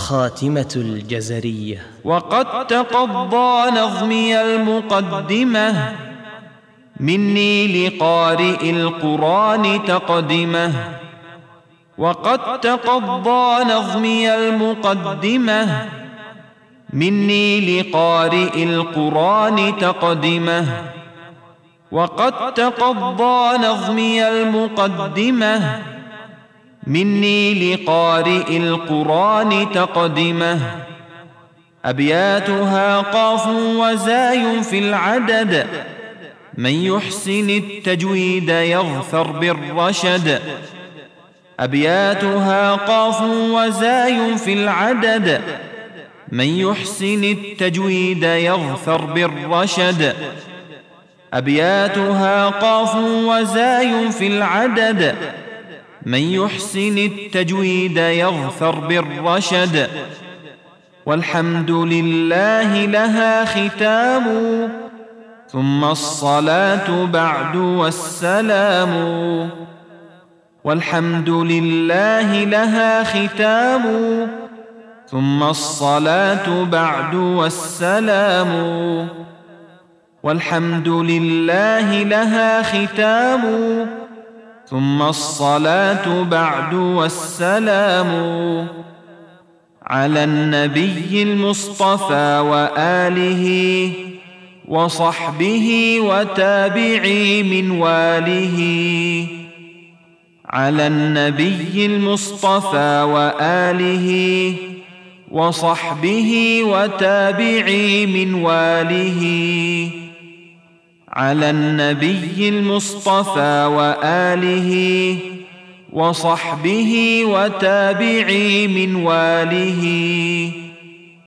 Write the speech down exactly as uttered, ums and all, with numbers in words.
خاتمة الجزرية. وقد تقضى نظمي المقدمة مني لقارئ القرآن تقدمه. وقد تقضى نظمي المقدمة مني لقارئ القرآن تقدمه. وقد تقضى نظمي المقدمة مني لقارئ القرآن تقدمه. أبياتها قاف وزاي في العدد، من يحسن التجويد يظفر بالرشد. أبياتها قاف وزاي في العدد، من يحسن التجويد يظفر بالرشد. أبياتها قاف وزاي في العدد، من يحسن التجويد يظفر بالرشد. والحمد لله لها ختام، ثم الصلاة بعد والسلام. والحمد لله لها ختام، ثم الصلاة بعد والسلام. والحمد لله لها ختام، ثم الصلاة بعد والسلام. على النبي المصطفى وآله وصحبه وتابعي من واله. على النبي المصطفى وآله وصحبه وتابعي من واله. على النبي المصطفى وآله وصحبه وتابعي من واله.